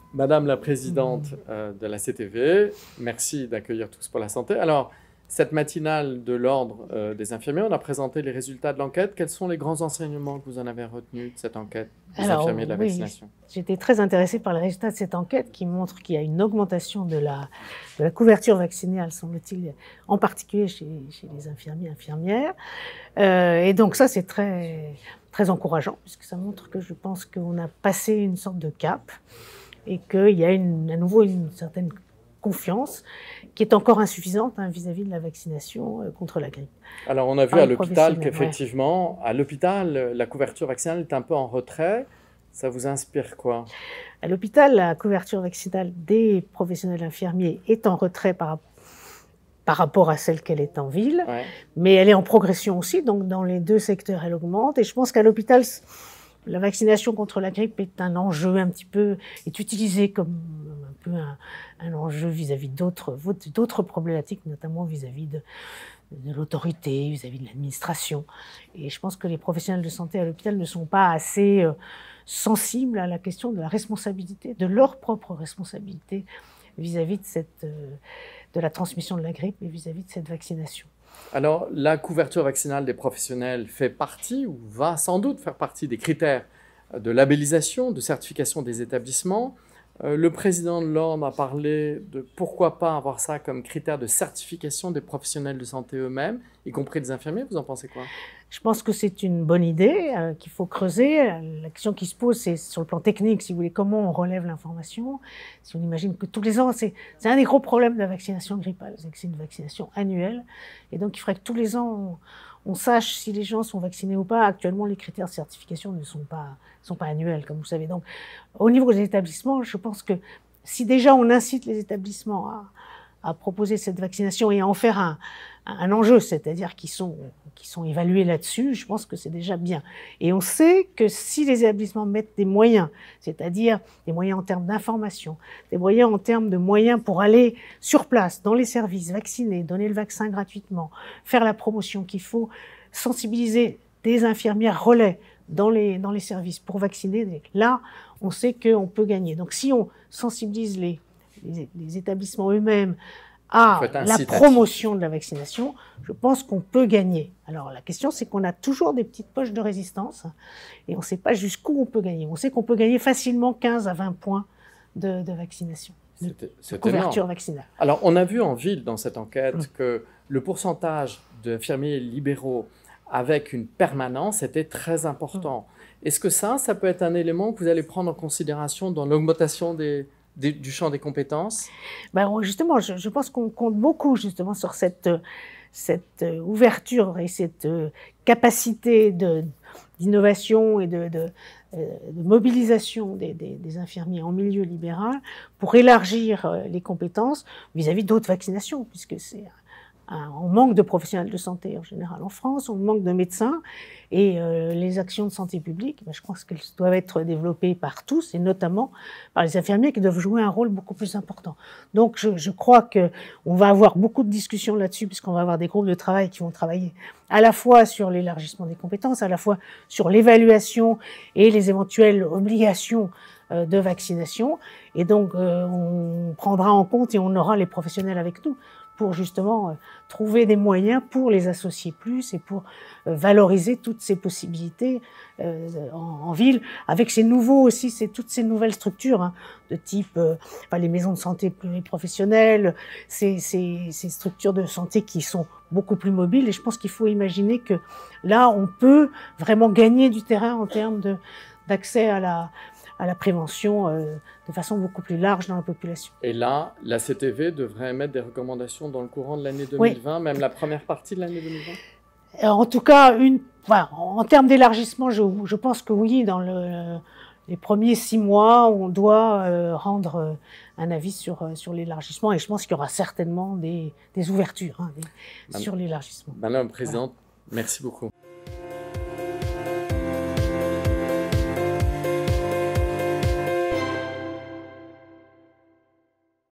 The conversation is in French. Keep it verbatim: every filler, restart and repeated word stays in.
Madame la présidente euh, de la C T V, merci d'accueillir Tous pour la santé. Alors, cette matinale de l'Ordre euh, des infirmiers, on a présenté les résultats de l'enquête. Quels sont les grands enseignements que vous en avez retenus de cette enquête des Alors, infirmiers de la oui, vaccination? J'étais très intéressée par les résultats de cette enquête qui montrent qu'il y a une augmentation de la, de la couverture vaccinale, semble-t-il, en particulier chez, chez les infirmiers et infirmières. Euh, et donc ça, c'est très, très encourageant, puisque ça montre que je pense qu'on a passé une sorte de cap et qu'il y a une, à nouveau une certaine confiance qui est encore insuffisante hein, vis-à-vis de la vaccination euh, contre la grippe. Alors, on a vu à l'hôpital qu'effectivement, ouais. à l'hôpital, la couverture vaccinale est un peu en retrait. Ça vous inspire quoi? À l'hôpital, la couverture vaccinale des professionnels infirmiers est en retrait par, par rapport à celle qu'elle est en ville, ouais. mais elle est en progression aussi, donc dans les deux secteurs, elle augmente. Et je pense qu'à l'hôpital, la vaccination contre la grippe est un enjeu un petit peu, est utilisé comme un peu un, un enjeu vis-à-vis d'autres, d'autres problématiques, notamment vis-à-vis de, de l'autorité, vis-à-vis de l'administration. Et je pense que les professionnels de santé à l'hôpital ne sont pas assez euh, sensibles à la question de la responsabilité, de leur propre responsabilité vis-à-vis de cette, euh, de la transmission de la grippe et vis-à-vis de cette vaccination. Alors, la couverture vaccinale des professionnels fait partie, ou va sans doute faire partie des critères de labellisation, de certification des établissements. Euh, le président de l'Ordre a parlé de pourquoi pas avoir ça comme critère de certification des professionnels de santé eux-mêmes, y compris des infirmiers. Vous en pensez quoi? Je pense que c'est une bonne idée euh, qu'il faut creuser. La question qui se pose, c'est sur le plan technique, si vous voulez, comment on relève l'information. Si on imagine que tous les ans, c'est un des gros problèmes de la vaccination grippale, c'est que c'est une vaccination annuelle. Et donc, il faudrait que tous les ans, on, on sache si les gens sont vaccinés ou pas. Actuellement, les critères de certification ne sont pas, sont pas annuels, comme vous savez. Donc, au niveau des établissements, je pense que si déjà on incite les établissements à, à proposer cette vaccination et à en faire un, un enjeu, c'est-à-dire qu'ils sont, qu'ils sont évalués là-dessus, je pense que c'est déjà bien. Et on sait que si les établissements mettent des moyens, c'est-à-dire des moyens en termes d'information, des moyens en termes de moyens pour aller sur place, dans les services, vacciner, donner le vaccin gratuitement, faire la promotion qu'il faut, sensibiliser des infirmières relais dans les, dans les services pour vacciner, là, on sait qu'on peut gagner. Donc si on sensibilise les Les, les établissements eux-mêmes à la promotion de la vaccination, je pense qu'on peut gagner. Alors la question, c'est qu'on a toujours des petites poches de résistance et on ne sait pas jusqu'où on peut gagner. On sait qu'on peut gagner facilement quinze à vingt points de, de vaccination, de, de couverture énorme. Vaccinale. Alors on a vu en ville dans cette enquête mmh. que le pourcentage d'infirmiers libéraux avec une permanence était très important. Mmh. Est-ce que ça, ça peut être un élément que vous allez prendre en considération dans l'augmentation des du champ des compétences? Ben justement, je, je pense qu'on compte beaucoup justement sur cette, cette ouverture et cette capacité d'innovation et de, de, de mobilisation des, des, des infirmiers en milieu libéral pour élargir les compétences vis-à-vis d'autres vaccinations, puisque c'est on manque de professionnels de santé en général en France, on manque de médecins et euh, les actions de santé publique, ben, je pense qu'elles doivent être développées par tous et notamment par les infirmiers qui doivent jouer un rôle beaucoup plus important. Donc je, je crois qu'on va avoir beaucoup de discussions là-dessus puisqu'on va avoir des groupes de travail qui vont travailler à la fois sur l'élargissement des compétences, à la fois sur l'évaluation et les éventuelles obligations euh, de vaccination. Et donc euh, on prendra en compte et on aura les professionnels avec nous pour justement euh, trouver des moyens pour les associer plus et pour euh, valoriser toutes ces possibilités euh, en, en ville, avec ces nouveaux aussi, c'est toutes ces nouvelles structures hein, de type euh, enfin, les maisons de santé pluriprofessionnelles, ces, ces, ces structures de santé qui sont beaucoup plus mobiles. Et je pense qu'il faut imaginer que là, on peut vraiment gagner du terrain en termes de, d'accès à la à la prévention euh, de façon beaucoup plus large dans la population. Et là, la C T V devrait émettre des recommandations dans le courant de l'année deux mille vingt, oui. Même la première partie de l'année deux mille vingt? En tout cas, une, voilà, en termes d'élargissement, je, je pense que oui, dans le, les premiers six mois, on doit euh, rendre un avis sur, sur l'élargissement et je pense qu'il y aura certainement des, des ouvertures hein, des, sur l'élargissement. Madame la Présidente, voilà. Merci beaucoup.